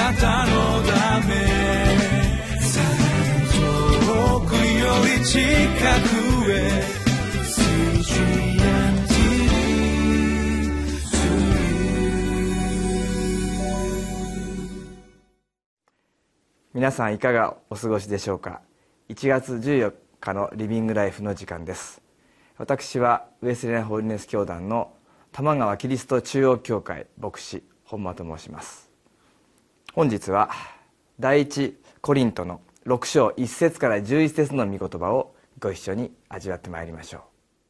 なたのため遠くより近くへ皆さんいかがお過ごしでしょうか。1月14日のリビングライフの時間です。私はウェスレンホーリネス教団の玉川キリスト中央教会牧師本間と申します。本日は第一コリントの6章1節から11節の御言葉をご一緒に味わってまいりましょう。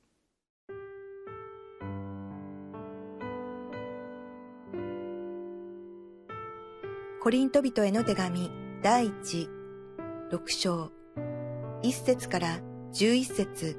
コリント人への手紙第1、6章、1節から11節。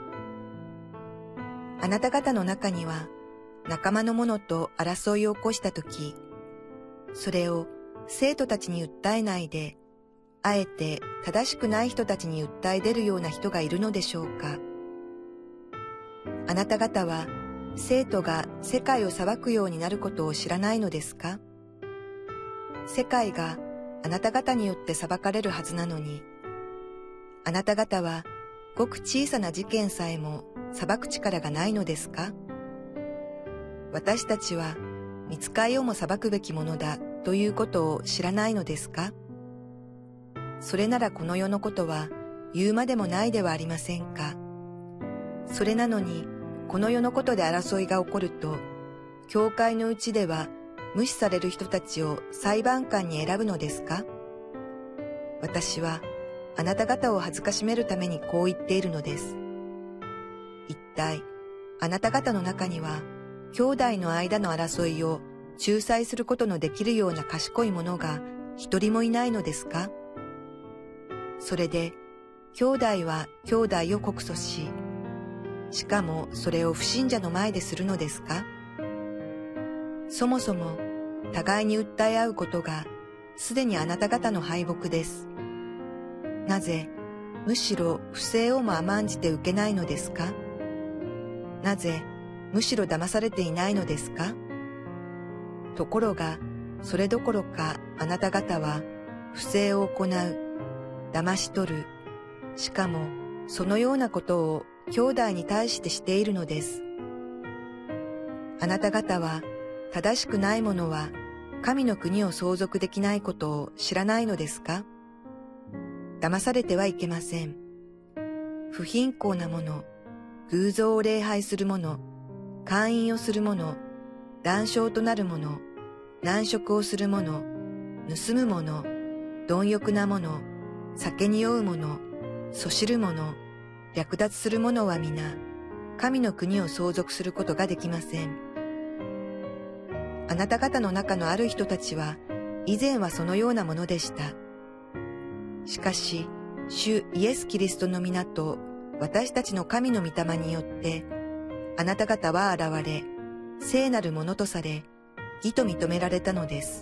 あなた方の中には仲間の者と争いを起こしたとき、それを生徒たちに訴えないで、あえて正しくない人たちに訴え出るような人がいるのでしょうか。あなた方は生徒が世界を裁くようになることを知らないのですか。世界があなた方によって裁かれるはずなのに、あなた方はごく小さな事件さえも裁く力がないのですか。私たちは御使いをも裁くべきものだということを知らないのですか。それならこの世のことは言うまでもないではありませんか。それなのにこの世のことで争いが起こると、教会のうちでは無視される人たちを裁判官に選ぶのですか。私はあなた方を恥ずかしめるためにこう言っているのです。一体あなた方の中には兄弟の間の争いを仲裁することのできるような賢い者が一人もいないのですか。それで兄弟は兄弟を告訴し、しかもそれを不信者の前でするのですか。そもそも互いに訴え合うことがすでにあなた方の敗北です。なぜむしろ不正をも甘んじて受けないのですか。なぜむしろ騙されていないのですか。ところがそれどころかあなた方は不正を行う、騙し取る、しかもそのようなことを兄弟に対してしているのです。あなた方は正しくない者は神の国を相続できないことを知らないのですか。騙されてはいけません。不貧困な者、偶像を礼拝する者、姦淫をする者、男娼となる者、男色をする者、盗む者、貪欲な者、酒に酔う者、そしる者、略奪する者は皆、神の国を相続することができません。あなた方の中のある人たちは、以前はそのようなものでした。しかし、主イエス・キリストの皆と私たちの神の御霊によって、あなた方は現れ、聖なるものとされ、義と認められたのです。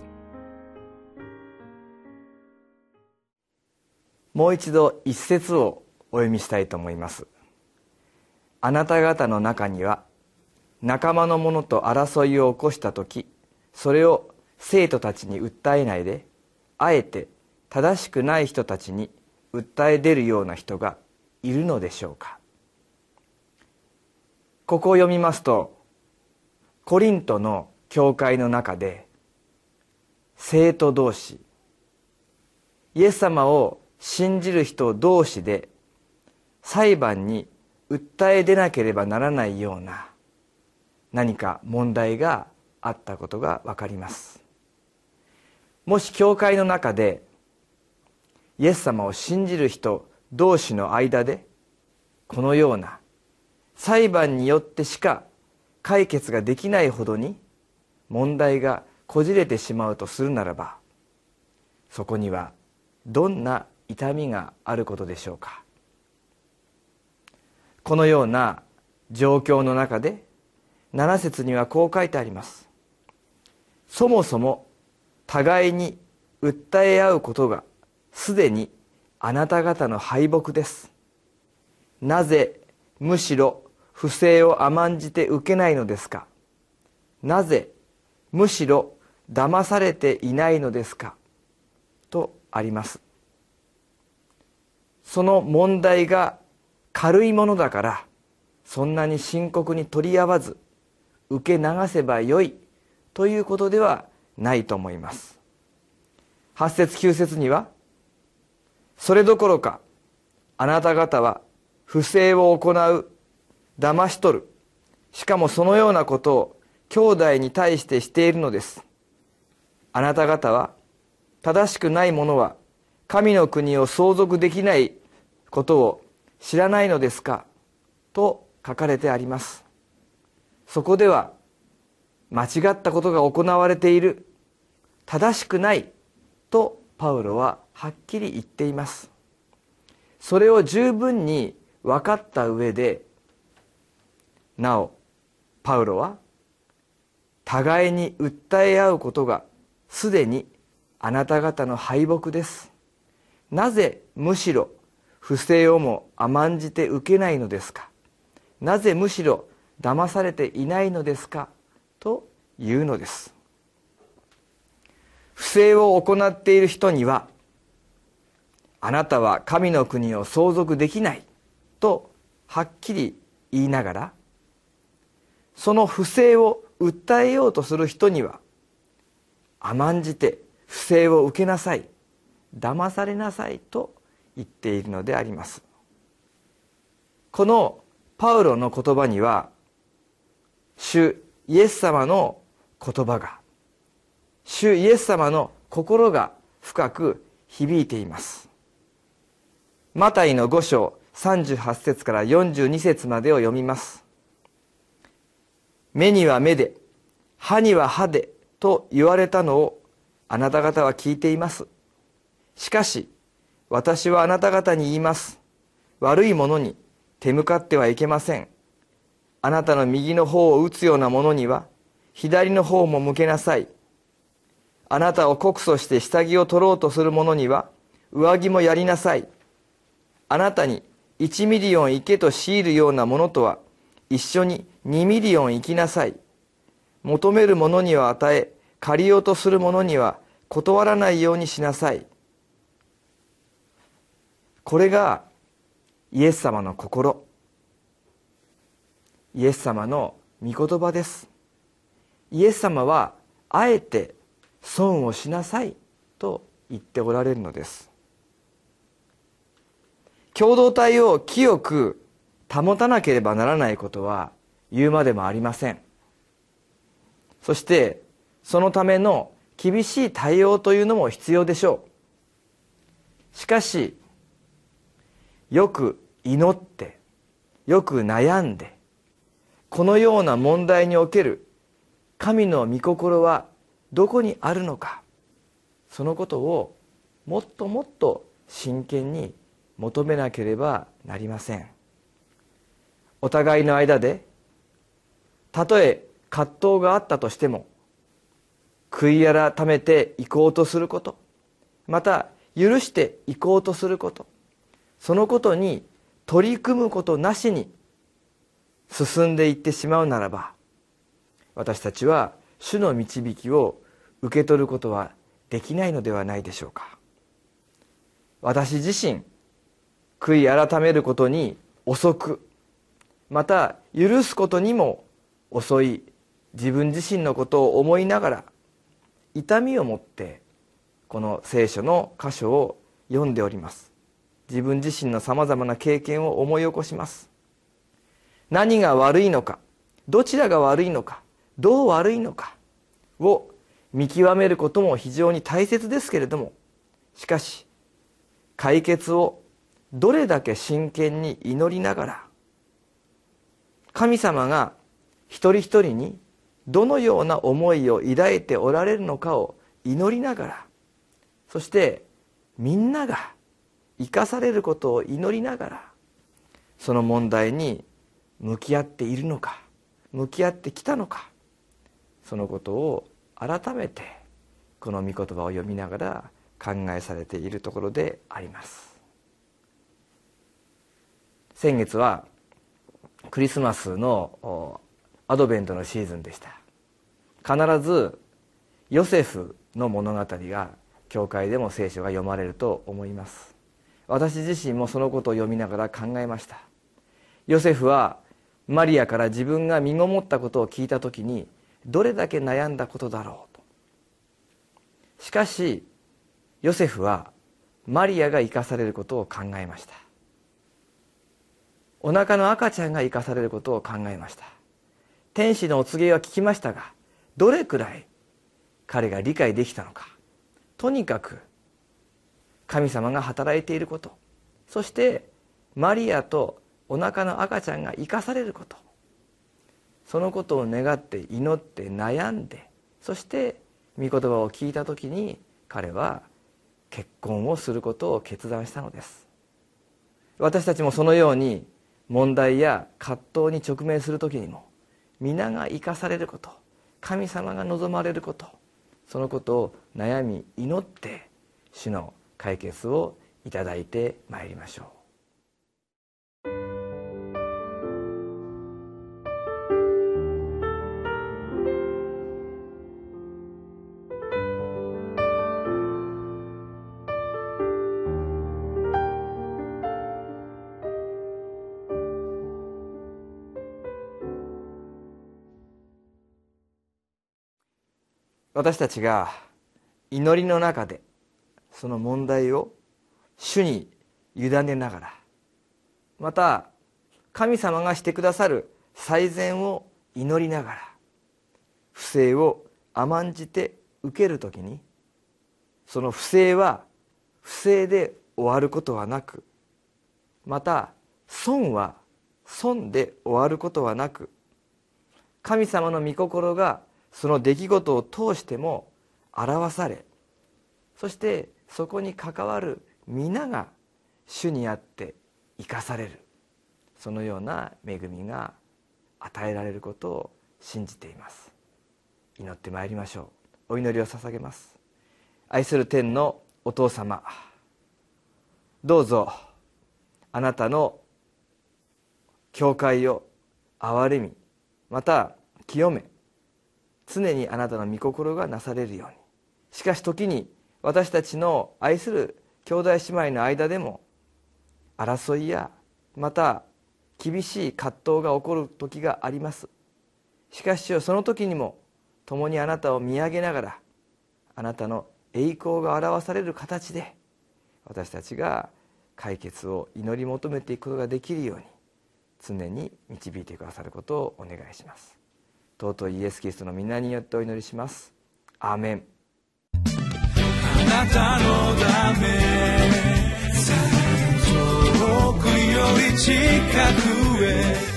もう一度一節をお読みしたいと思います。あなた方の中には仲間の者と争いを起こしたとき、それを生徒たちに訴えないで、あえて正しくない人たちに訴え出るような人がいるのでしょうか。ここを読みますと、コリントの教会の中で生徒同士、イエス様を信じる人同士で裁判に訴え出なければならないような何か問題があったことがわかります。もし教会の中でイエス様を信じる人同士の間でこのような裁判によってしか解決ができないほどに問題がこじれてしまうとするならば、そこにはどんな痛みがあることでしょうか。このような状況の中で7節にはこう書いてあります。そもそも互いに訴え合うことがすでにあなた方の敗北です。なぜむしろ不正を甘んじて受けないのですか。なぜむしろ騙されていないのですか。 とあります。その問題が軽いものだからそんなに深刻に取り合わず受け流せばよいということではないと思います。8節9節には、それどころかあなた方は不正を行う、騙し取る、しかもそのようなことを兄弟に対してしているのです。あなた方は正しくない者は神の国を相続できないことを知らないのですかと書かれてあります。そこでは間違ったことが行われている、正しくないとパウロははっきり言っています。それを十分に分かった上で、なおパウロは互いに訴え合うことがすでにあなた方の敗北です。なぜむしろ不正をも甘んじて受けないのですか。なぜむしろ騙されていないのですかというのです。不正を行っている人には、あなたは神の国を相続できないとはっきり言いながら、その不正を訴えようとする人には、甘んじて不正を受けなさい、騙されなさいと言っているのであります。このパウロの言葉には、主イエス様の言葉が、主イエス様の心が深く響いています。マタイの5章38節から42節までを読みます。目には目で、歯には歯でと言われたのをあなた方は聞いています。しかし私はあなた方に言います。悪いものに手向かってはいけません。あなたの右の方を打つようなものには左の方も向けなさい。あなたを告訴して下着を取ろうとする者には上着もやりなさい。あなたに1ミリオン行けと強いるようなものとは一緒に2ミリオン行きなさい。求める者には与え、借りようとする者には断らないようにしなさい。これがイエス様の心、イエス様の御言葉です。イエス様はあえて損をしなさいと言っておられるのです。共同体を清く保たなければならないことは言うまでもありません。そしてそのための厳しい対応というのも必要でしょう。しかしよく祈ってよく悩んで、このような問題における神の御心はどこにあるのか、そのことをもっともっと真剣に求めなければなりません。お互いの間でたとえ葛藤があったとしても、悔い改めていこうとすること、また許していこうとすること、そのことに取り組むことなしに進んでいってしまうならば、私たちは主の導きを受け取ることはできないのではないでしょうか。私自身悔い改めることに遅く、また許すことにも遅い自分自身のことを思いながら、痛みを持ってこの聖書の箇所を読んでおります。自分自身のさまざまな経験を思い起こします。何が悪いのか、どちらが悪いのか、どう悪いのかを見極めることも非常に大切ですけれども、しかし解決をどれだけ真剣に祈りながら、神様が一人一人にどのような思いを抱いておられるのかを祈りながら、そしてみんなが生かされることを祈りながら、その問題に向き合っているのか、向き合ってきたのか、そのことを改めてこの御言葉を読みながら考えされているところであります。先月はクリスマスのアドベントのシーズンでした。必ずヨセフの物語が教会でも聖書が読まれると思います。私自身もそのことを読みながら考えました。ヨセフはマリアから自分が身ごもったことを聞いた時にどれだけ悩んだことだろうと。しかしヨセフはマリアが生かされることを考えました。お腹の赤ちゃんが生かされることを考えました。天使のお告げは聞きましたが、どれくらい彼が理解できたのか。とにかく神様が働いていること、そしてマリアとお腹の赤ちゃんが生かされること、そのことを願って祈って悩んで、そして御言葉を聞いた時に彼は結婚をすることを決断したのです。私たちもそのように問題や葛藤に直面する時にも、皆が生かされること、神様が望まれること、そのことを悩み祈って主の解決をいただいてまいりましょう。私たちが祈りの中でその問題を主に委ねながら、また神様がしてくださる最善を祈りながら、不正を甘んじて受けるときに、その不正は不正で終わることはなく、また損は損で終わることはなく、神様の御心がその出来事を通しても表され、そしてそこに関わる皆が主にあって生かされる、そのような恵みが与えられることを信じています。祈ってまいりましょう。お祈りを捧げます。愛する天のお父様、どうぞあなたの教会を憐れみ、また清め、常にあなたの御心がなされるように。しかし時に私たちの愛する兄弟姉妹の間でも争いや、また厳しい葛藤が起こる時があります。しかしその時にも共にあなたを見上げながら、あなたの栄光が表される形で私たちが解決を祈り求めていくことができるように、常に導いてくださることをお願いします。尊いイエス・キリストの皆によってお祈りします。アーメン。 あなたのため遠くより近くへ